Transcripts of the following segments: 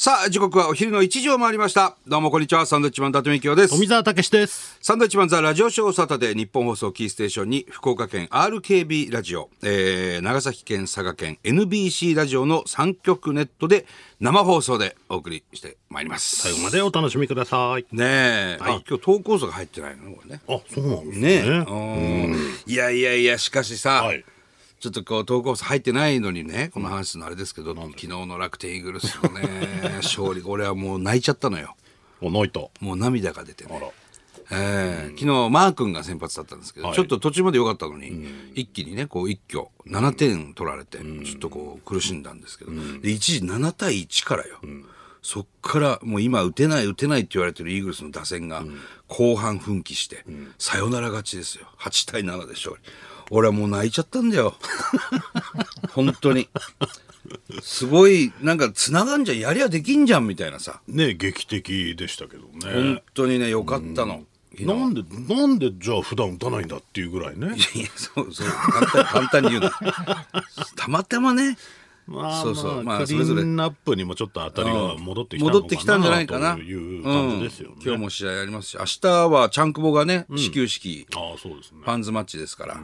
さあ時刻はお昼の1時を回りました。どうもこんにちは。サンドウィッチマン伊達美京です。 富澤たけしです。 サンドウィッチマンザラジオショーサタデー日本放送キーステーションに福岡県 RKB ラジオ、長崎県佐賀県 NBC ラジオの3局ネットで生放送でお送りしてまいります。 最後までお楽しみください。 ねえ、 はい、 今日投稿数が入ってないのこれね。 あ、そうなんですね。 いやいやいや、しかしさ、 はい、 ちょっとこう投稿数入ってないのにね、この話するのあれですけど、昨日の楽天イーグルスのね勝利、俺はもう泣いちゃったのよ。 泣いた。 もう涙が出てね。 あら、 昨日マー君が先発だったんですけど、ちょっと途中まで良かったのに、一気にねこう一挙7点取られて、ちょっとこう苦しんだんですけど、で一時7対1からよ、そっからもう今打てないって言われてるイーグルスの打線が後半奮起して、サヨナラ勝ちですよ。8対7で勝利。俺はもう泣いちゃったんだよ本当にすごい、なんか繋がんじゃん、やりゃできんじゃんみたいなさね、劇的でしたけどね。 本当にね、よかったの。 なんでじゃあ普段打たないんだっていうぐらいね。 いや、そう簡単に言うなたまたまね、そうそう、 まあ、クリーンナップにもちょっと当たりが戻ってきたんじゃないかなという感じですよね。 今日も試合ありますし、明日はチャンクボがね、始球式、 そうですね、 ファンズマッチですから、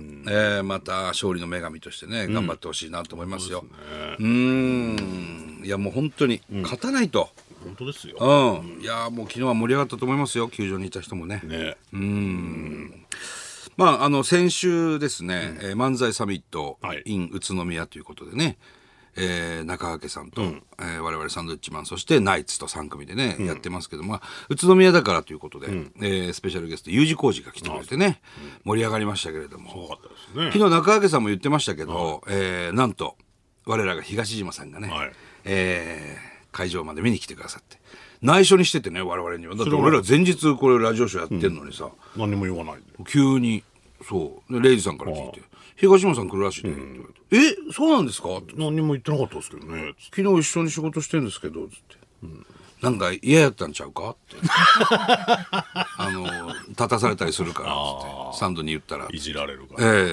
また勝利の女神としてね、頑張ってほしいなと思いますよ。いやもう本当に勝たないと、 本当ですよ。 いやもう昨日は盛り上がったと思いますよ、球場にいた人もね。まあ先週ですね、漫才サミット in 宇都宮ということでね、中掛さんと、我々サンドウィッチマン、そしてナイツと3組でね、やってますけども、宇都宮だからということで、スペシャルゲスト U 字工事が来てくれてね、盛り上がりましたけれども、 すごかったですね。 昨日中掛さんも言ってましたけど、なんと我らが東島さんがね、会場まで見に来てくださって、内緒にしててね、我々には。だって俺ら前日これラジオショーやってんのにさ、 何も言わないで急にそうでレイジさんから聞いて、東島さん来るらしいねって言われて、そうなんですかって、 何も言ってなかったですけどね。 昨日一緒に仕事してるんですけどつって、なんか嫌やったんちゃうかって立たされたりするからつってサンドに言ったら、 いじられるから、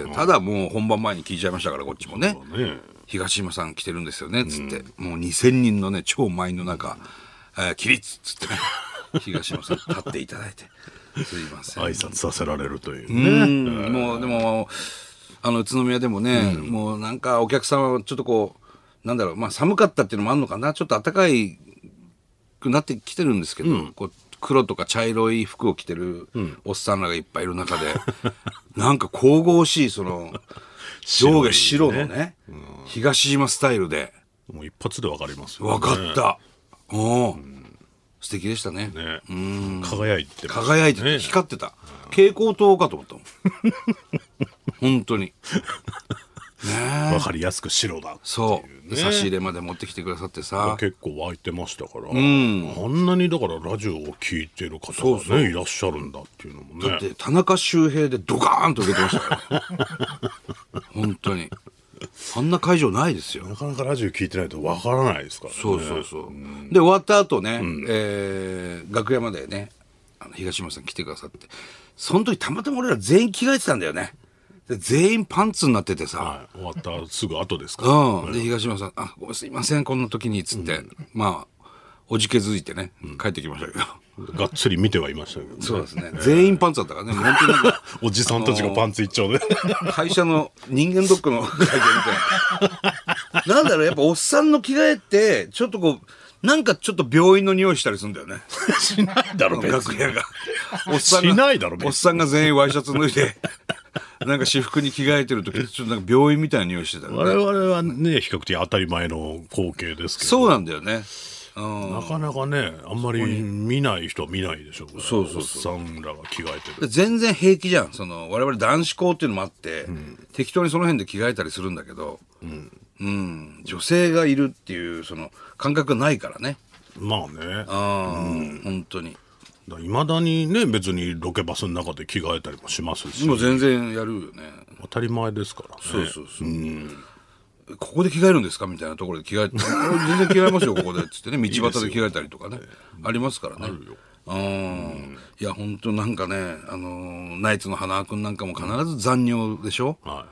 ただもう本番前に聞いちゃいましたから、こっちもね、 ね、 東島さん来てるんですよねつって、もう2000人のね超満員の中、起立っつってね東島さん立っていただいてすいません挨拶させられるというね。 もうでも宇都宮でもね、もうなんかお客さんはちょっとこうなんだろう、まあ寒かったっていうのもあるのかな、ちょっと暖かいくなってきてるんですけど、こう黒とか茶色い服を着てるおっさんらがいっぱいいる中で、なんか神々しいその上下白のね、東島スタイルでもう一発で分かりますよね。 分かった。素敵でしたね。 輝いてて光ってた。蛍光灯かと思ったもん本当に分かりやすく白だっていうね。 そう差し入れまで持ってきてくださってさ、 結構湧いてましたから、あんなにだからラジオを聞いてる方がねいらっしゃるんだっていうのもね。 だって田中周平でドカーンと受けてましたから本当にあんな会場ないですよ。 なかなかラジオ聞いてないとわからないですからね。 そうで終わった後ね、楽屋までね東島さん来てくださって、その時たまたま俺ら全員着替えてたんだよね。で全員パンツになっててさ、 終わったすぐ後ですから、で東島さんごめんすいませんこんな時にっつって、まあおじけづいてね、帰ってきましたけどがっつり見てはいましたけどね。 そうですね、全員パンツだったからね、本当になんかおじさんたちがパンツ一丁で会社の人間ドックの会見みたいななんだろう、やっぱおっさんの着替えってちょっとこうなんかちょっと病院の匂いしたりするんだよねしないだろ別に。 楽屋がおっさんしないだろ別に。 おっさんが全員ワイシャツ脱いでなんか私服に着替えてる時ちょっとなんか病院みたいな匂いしてたよね。 我々はね比較的当たり前の光景ですけど。 そうなんだよね。 なかなかねあんまり見ない人は見ないでしょう。そうおっさんらが着替えてる。 全然平気じゃん。その我々男子校っていうのもあって、適当にその辺で着替えたりするんだけど、女性がいるっていうその感覚がないからね。 まあね、 本当にいまだにね別にロケバスの中で着替えたりもしますし、 もう全然やるよね。 当たり前ですからね。 ここで着替えるんですかみたいなところで着替えて全然着替えますよここでっつってね、道端で着替えたりとかねありますからね。いや本当なんかねナイツの花輪君なんかも必ず残尿でしょ、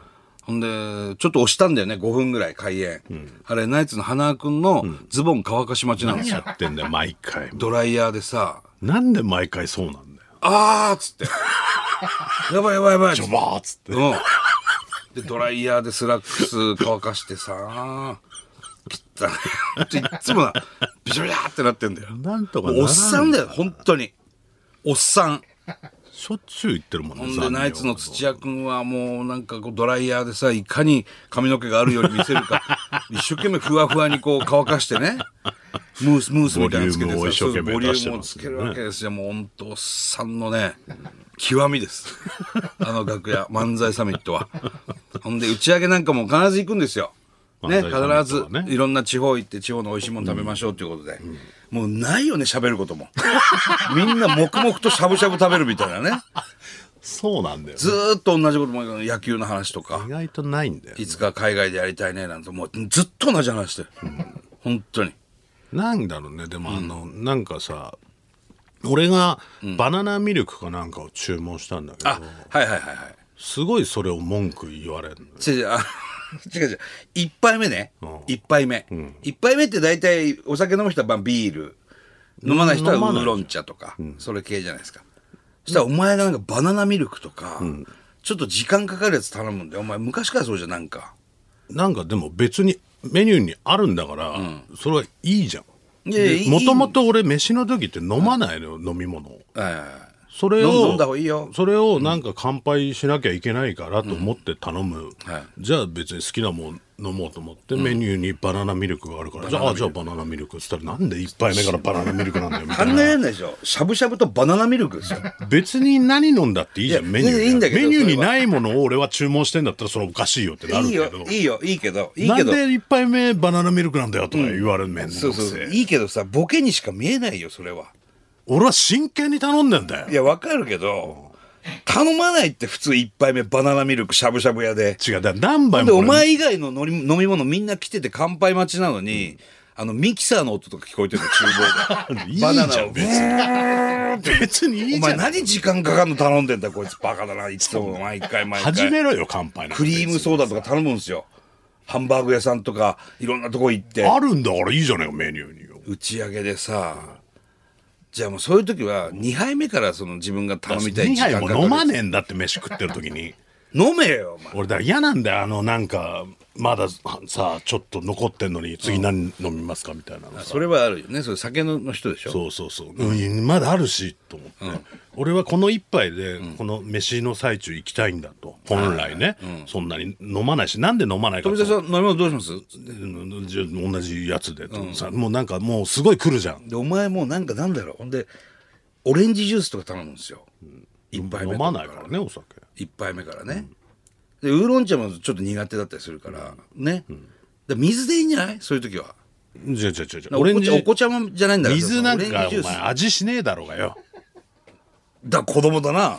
ほんでちょっと押したんだよね、5分ぐらい開演、あれナイツの花くんのズボン乾かし待ちなんですよ、 やってんだよ毎回。 ドライヤーでさ、 なんで毎回そうなんだよ。 っつってやばいやばいやばいジョバーっつって。 でドライヤーでスラックス乾かしてさ、いつもなビシャビシャってなってんだよ。 なんとかならん。 おっさんだよ本当に、おっさん。 しょっちゅう言ってるもんね。 ほんでナイツの土屋君はもうなんかこうドライヤーでさ、いかに髪の毛があるように見せるか一生懸命ふわふわにこう乾かしてね、ムースみたいなのつけてさ、 ボリュームを一生懸命ボリュ出してームをつけますけどねるわけですよ。もうほんとおっさんのね極みですあの楽屋漫才サミットは。ほんで打ち上げなんかも必ず行くんですよね、必ずいろんな地方行って地方の美味しいもの食べましょうということで、もうないよね喋ることもみんな黙々としゃぶしゃぶ食べるみたいなね。 そうなんだよ、ね、 ずーっと同じことも野球の話とか意外とないんだよ、ね、 いつか海外でやりたいねなんてもうずっと同じ話してる、本当に。 なんだろうね。でもなんかさ、俺がバナナミルクかなんかを注文したんだけど、 はいはいはいはい、 すごいそれを文句言われるのよ。 違う1杯目ね、1杯目、1杯目って大体お酒飲む人はビール飲まない人はウーロン茶とか、それ系じゃないですか。そしたらお前がなんかバナナミルクとか、ちょっと時間かかるやつ頼むんだよ。お前昔からそうじゃん。なんかでも別にメニューにあるんだから、それはいいじゃん。もともと俺飯の時って飲まないのよ、飲み物を。それを飲んだ方がいいよ。 それをなんか乾杯しなきゃいけないからと思って頼む、じゃあ別に好きなもん飲もうと思ってメニューにバナナミルクがあるから、じゃあバナナミルクっつったら、なんで1杯目からバナナミルクなんだよみたいな。 考えられないでしょ。しゃぶしゃぶとバナナミルクですよ。 別に何飲んだっていいじゃん。メニューいいんだけどメニューにないものを俺は注文してんだったらそれおかしいよってなるけど、 いいけどなんで1杯目バナナミルクなんだよとか言われる。めんどくせえ。 そういいけどさ、ボケにしか見えないよそれは。 俺は真剣に頼んでんだよ。 いやわかるけど、頼まないって普通1杯目バナナミルクしゃぶしゃぶ屋で。 違う、だ何杯も。 でお前以外の飲み物みんな来てて乾杯待ちなのに、ミキサーの音とか聞こえてるの厨房で。 いいじゃんバナナを別にいいじゃん。 お前何時間かかるの頼んでんだこいつバカだな、いつも毎回始めろよ乾杯なんて。 クリームソーダとか頼むんですよ。ハンバーグ屋さんとかいろんなとこ行ってあるんだからいいじゃないかメニューによ。 打ち上げでさ、じゃあもうそういう時は2杯目からその自分が頼みたい時間かかる。 2杯も飲まねえんだって飯食ってる時に飲めよお前。 俺だから嫌なんだよ。なんかまださちょっと残ってんのに次何飲みますかみたいなのさ。 それはあるよね。それ酒の人でしょ。 そう、まだあるしと思って、俺はこの一杯でこの飯の最中行きたいんだと、本来ね、そんなに飲まないし、なんで飲まないかと。 富田さん飲み物どうします？ 同じやつでとさ、もうなんかもうすごい来るじゃん。 でお前もうなんだろう、ほんでオレンジジュースとか頼むんですよ、1杯目飲まないからねお酒。 1杯目からね、でウーロン茶もちょっと苦手だったりするからね、で水でいいんじゃない？そういう時は。 じゃオレンジお子ちゃまじゃないんだから。 水なんかお前味しねえだろうがよ。 子供だな。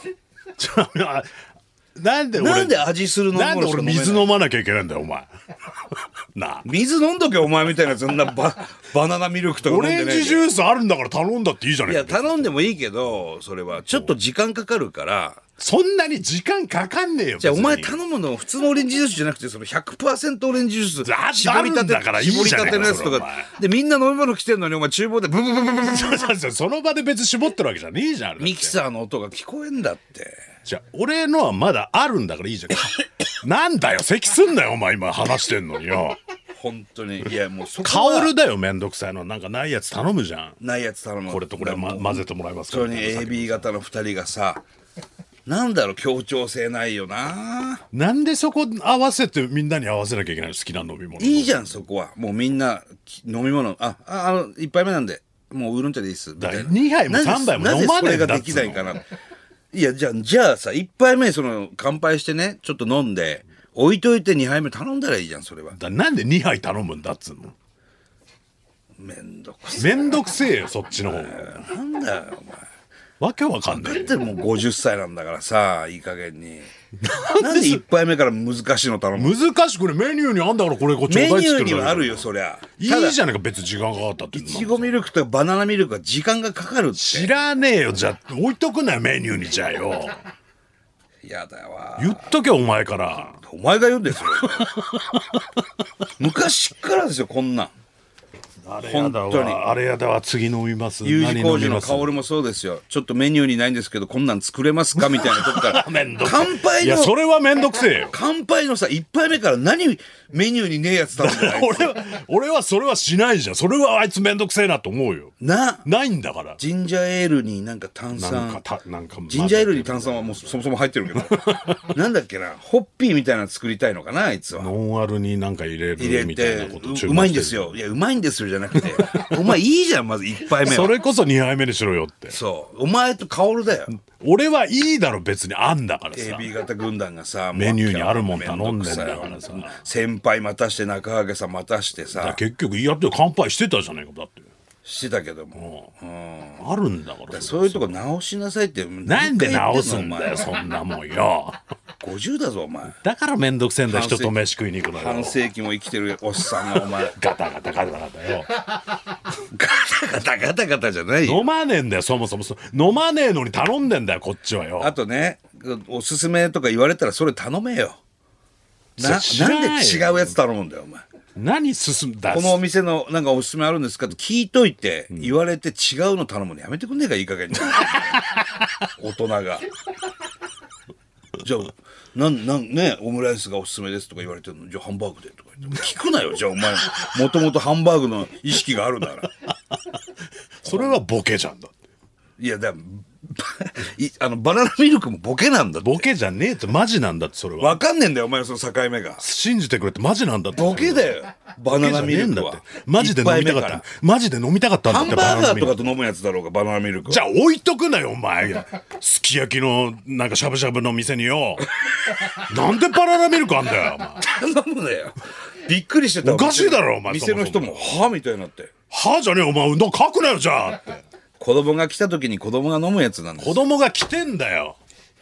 なんで味するの？ なんで俺水飲まなきゃいけないんだよお前。なあ、 水飲んどけお前みたいな、そんなバナナミルクとか飲んでねえで。 オレンジジュースあるんだから頼んだっていいじゃないか。 いや頼んでもいいけど、それはちょっと時間かかるから。 そんなに時間かかんねえよ。 じゃあお前頼むの普通のオレンジジュースじゃなくて、その 100% オレンジジュース絞りたてだからいいじゃないか。 絞りたてのやつとかでみんな飲み物来てんのにお前厨房でブブブブブブその場で別に絞ってるわけじゃねえじゃん。 ミキサーの音が聞こえんだって。 じゃあ俺のはまだあるんだからいいじゃん。なんだよ咳すんなよお前今話してんのによ。 本当に。いやもうそこは香るだよ、めんどくさいの。なんかないやつ頼むじゃん。 ないやつ頼む。 これとこれ、混ぜてもらいますかそれに AB 型の2人がさ、なんだろう、協調性ないよな。 なんでそこ合わせてみんなに合わせなきゃいけないの？好きな飲み物。 いいじゃんそこは。もうみんな飲み物1杯目なんでもうウーロン茶でいいっすみたいな。 2杯も3杯も飲まねえんだっつうの。 なぜそれができないかな。いやじゃあさ、1杯目その乾杯してねちょっと飲んで置いといて2杯目頼んだらいいじゃん。それはなんで2杯頼むんだっつうの。 めんどくせえよそっちの方が。 なんだよお前、 わけわかんない。 だってもう50歳なんだからさ、いい加減に。なんで1杯目から難しいの頼む？ 難しくね、メニューにあんだからこれちょうだいっつってる。 メニューにはあるよそりゃ。 いいじゃないか別に時間かかったって。 いちごミルクとかバナナミルクは時間がかかるって。 知らねえよ。じゃあ置いとくなよメニューに。じゃあよ。 やだわ。 言っとけお前から。 お前が言うんですよ。昔からですよこんなん。 あれやだわ、あれやだわ、次飲みます。 U 字工事の香りもそうですよ。ちょっとメニューにないんですけどこんなん作れますかみたいなとこから乾杯の、 いやそれはめんどくせえよ。 乾杯のさ1杯目から何メニューにねえやつ頼んでない俺はそれはしないじゃん。それはあいつめんどくせえなと思うよ。ないんだから。 ジンジャーエールになんか炭酸なんかジンジャーエールに炭酸はもうそもそも入ってるけどなんだっけな、ホッピーみたいなの作りたいのかなあいつは。 ノンアルになんか入れるみたいなことうまいんですよ。いやうまいんですよじゃなくてお前いいじゃんまず1杯目は。 それこそ2杯目にしろよって。 そうお前と薫だよ。 俺はいいだろ別にあんだからさ。 AB 型軍団がさメニューにあるもん頼んでんだからさ。 先輩待たして中揚さん待たしてさ。 結局やって乾杯してたじゃないか。だってしてたけども、 あるんだから。 そういうとこ直しなさいって。 なんで直すんだよそんなもんよ。 50だぞお前。 だからめんどくせえんだ人と飯食いに行くのよ。 半世紀も生きてるおっさんがお前ガタガタガタガタよ。 ガタガタガタガタじゃないよ。 飲まねえんだよそもそも。飲まねえのに頼んでんだよこっちはよ。 あとねおすすめとか言われたらそれ頼めよ。なんで違うやつ頼むんだよお前。 何進んだこのお店のなんかおすすめあるんですかって聞いといて、言われて違うの頼むのやめてくんねえかいい加減に大人が。じゃあねオムライスがおすすめですとか言われてるのじゃあハンバーグでとか言って聞くなよ。じゃあお前もともとハンバーグの意識があるならそれはボケじゃんだって。 いやバナナミルクもボケなんだって。 ボケじゃねえってマジなんだってそれは。 分かんねえんだよお前その境目が。 信じてくれってマジなんだって。 ボケだよバナナミルクは。 マジで飲みたかった。マジで飲みたかったんだって。 ハンバーガーとかと飲むやつだろうがバナナミルクは。 じゃあ置いとくなよお前。すき焼きのなんかしゃぶしゃぶの店によなんでバナナミルクあんだよお前。 頼むなよ。びっくりしてた。 おかしいだろお前。 店の人もはみたいになってはじゃねえお前。書くなよじゃあって。 子供が来た時に子供が飲むやつなんです。 子供が来てんだよ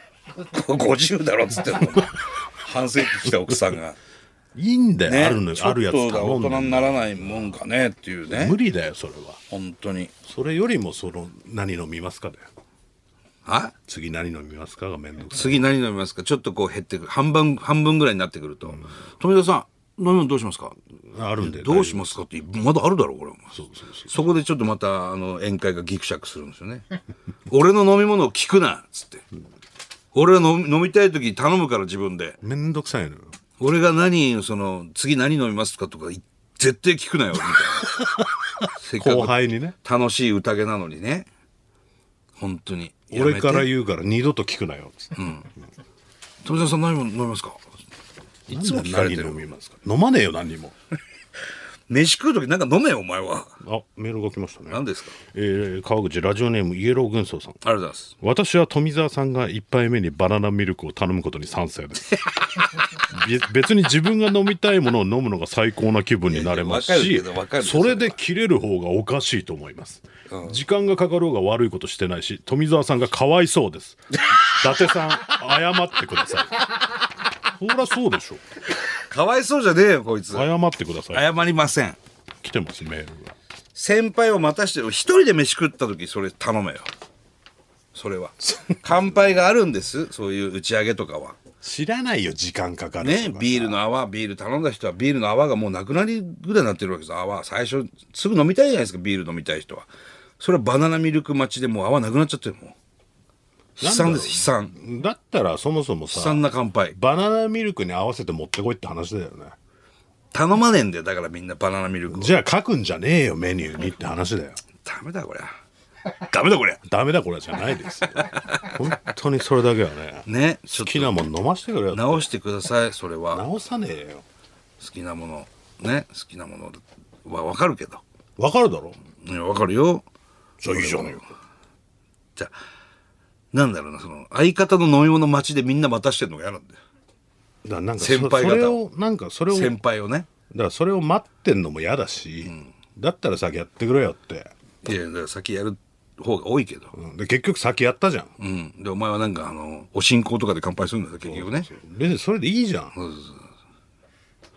50だろっつってんの半世紀来た奥さんがいいんだよ、 ね、 あるやつ頼んで大人にならないもんかねっていうね。 無理だよそれは本当に。 それよりも何飲みますかだよ。次何飲みますかがめんどくさい。 次何飲みますかちょっとこう減ってくる半分ぐらいになってくると、富田さん飲み物どうしますか。 あるんでどうしますかってまだあるだろこれ。そこでちょっとまた宴会がギクシャクするんですよね俺の飲み物を聞くなっつって、俺は飲みたい時頼むから自分で。 めんどくさいのよ。 俺が次何飲みますかとか絶対聞くなよみたいなせっかく後輩にね楽しい宴なのにね本当に俺から言うから二度と聞くなよっつって、 富澤さん何飲みますかいつも聞かれてる。 何飲みますか。飲まねえよ何にも飯食う時なんか飲めよお前は。 メールが来ましたね。 何ですか。 川口ラジオネームイエロー軍曹さん。ありがとうございます。 私は富澤さんが1杯目にバナナミルクを頼むことに賛成です別に自分が飲みたいものを飲むのが最高な気分になれますし、それで切れる方がおかしいと思います、時間がかかろうが悪いことしてないし富澤さんがかわいそうです伊達さん謝ってくださいそりゃそうでしょ。 かわいそうじゃねえよこいつ。 謝ってください。 謝りません。 来てますメールが。 先輩を待たして一人で飯食った時それ頼めよ。それは乾杯があるんです。そういう打ち上げとかは知らないよ時間かかるね。ビール頼んだ人はビールの泡がもうなくなりぐらいになってるわけです。泡最初すぐ飲みたいじゃないですか。ビール飲みたい人は。それはバナナミルク待ちでもう泡なくなっちゃってるもん。悲惨です。悲惨だったらそもそもさ悲惨な乾杯バナナミルクに合わせて持ってこいって話だよね。 頼まねえんだよだからみんなバナナミルクを。 じゃあ書くんじゃねえよメニューにって話だよ。 ダメだこりゃダメだこりゃダメだこれじゃないですよ本当にそれだけはね好きなもん飲ませてくれよ。 直してください。それは直さねえよ。 好きなものね好きなものは分かるけど。 分かるだろ。 いや分かるよ。 じゃあいいじゃねえよ。 じゃあなんだろうな相方の飲み物待ちでみんな待たしてるのが嫌なんだよ。 なんか先輩方それを先輩をね。 だからそれを待ってんのも嫌だし、だったら先やってくれよって。 いやだから先やる方が多いけど、 で結局先やったじゃん、でお前はなんかお進行とかで乾杯するんだよ結局ね。 別にそれでいいじゃん。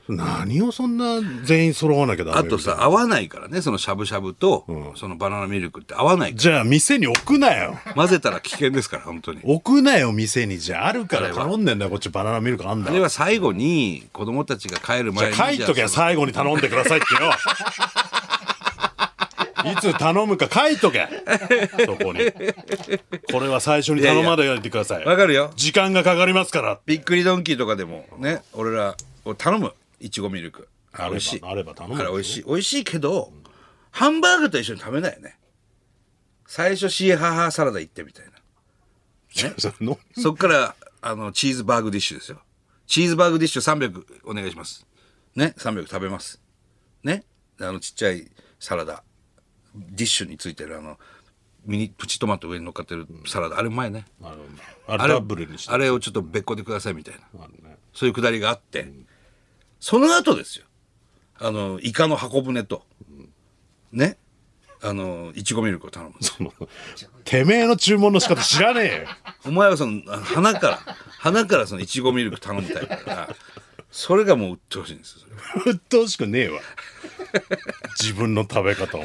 何をそんな全員揃わなきゃダメあとさ、合わないからね、そのしゃぶしゃぶと、そのバナナミルクって合わないから。 じゃあ店に置くなよ。 混ぜたら危険ですから、本当に。 置くなよ店に。じゃああるから頼んでんだよ、こっちバナナミルクあんだ。 あれは最後に子供たちが帰る前に。 じゃあ書いときゃ最後に頼んでくださいってよ。いつ頼むか書いとけ。そこに。これは最初に頼まないようにってください。 わかるよ。 時間がかかりますから。 びっくりドンキーとかでもね、俺らを頼むいちごミルク。美味しい。 あれば頼む。 あれ美味しい。美味しいけど、ハンバーグと一緒に食べないよね。最初シーハーハーサラダ行ってみたいな。ね、そっからチーズバーグディッシュですよ。チーズバーグディッシュ300お願いします。ね、300食べます。ね、ちっちゃいサラダ。ディッシュについてるミニプチトマト上に乗っかってるサラダ、あれうまいね。 あれダブルにして。 あれをちょっと別個でくださいみたいな。そういうくだりがあって、その後ですよ。イカの箱舟と、ね、いちごミルクを頼む。 てめえの注文の仕方知らねえよ。 お前は鼻からそのいちごミルク頼みたいから、それがもう鬱陶しいんですよ。 鬱陶しくねえわ。自分の食べ方を。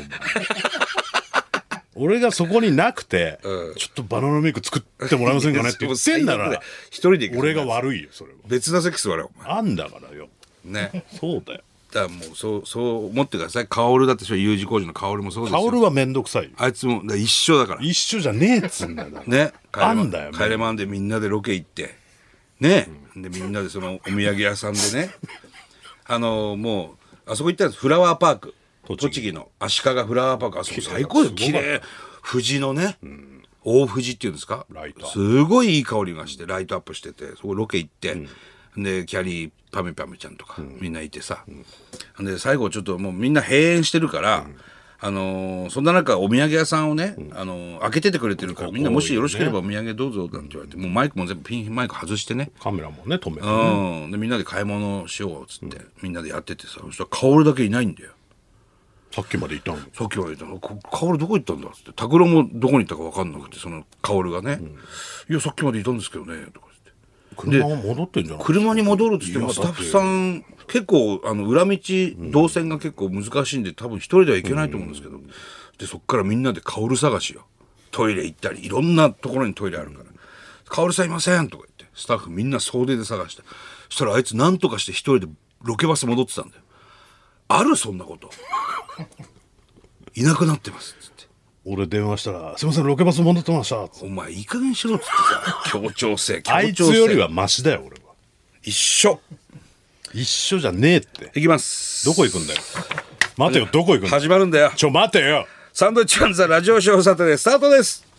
俺がそこになくて、ちょっとバナナミルク作ってもらえませんかねって言ってんなら、 一人で俺が悪いよ、それは。 別な席座れ、お前。 あんだからよ。 ね。 そうだよ。 だからもうそう思ってください。薫だって U 字工事の薫もそうですよ。 薫はめんどくさい。 あいつも一緒だから。 一緒じゃねえっつんだよ。 ね。 あんだよ。 帰れマンでみんなでロケ行ってね、でみんなでそのお土産屋さんでね、もうあそこ行ったんです。フラワーパーク、栃木の足利フラワーパーク、あそこ最高です。綺麗。藤のね、大藤っていうんですか、すごいいい香りがしてライトアップしてて、そこロケ行って、でキャリーパミュパミュちゃんとかみんないてさ、で最後ちょっともうみんな閉園してるから、そんな中お土産屋さんをね、開けててくれてるから、みんなもしよろしければお土産どうぞなんて言われて、もうマイクも全部ピンマイク外してね、 カメラもね止めて、 でみんなで買い物しようっつって、みんなでやっててさ、そしたら薫だけいないんだよ。 さっきまでいたの。 さっきまでいたの。薫どこ行ったんだっつって、拓郎もどこに行ったか分かんなくて、その薫がね、いやさっきまでいたんですけどねとか言って、車は戻ってんじゃない。 車に戻るっつっても、スタッフさん結構裏道動線が結構難しいんで、多分一人では行けないと思うんですけど、でそっからみんなで薫探しよ。トイレ行ったりいろんなところにトイレあるから、薫さんいませんとか言ってスタッフみんな総出で探して、そしたらあいつ何とかして一人でロケバス戻ってたんだよ。あるそんなこといなくなってますっつって、 俺電話したら「すいませんロケバス戻ってました」 お前いい加減しろっつってさ、協調性あいつよりはマシだよ俺は。 一緒じゃねえって。 行きます。 どこ行くんだよ。待てよ、どこ行くんだよ。 始まるんだよ。 待てよ。 サンドウィッチマンザラジオショーサタデースタートです。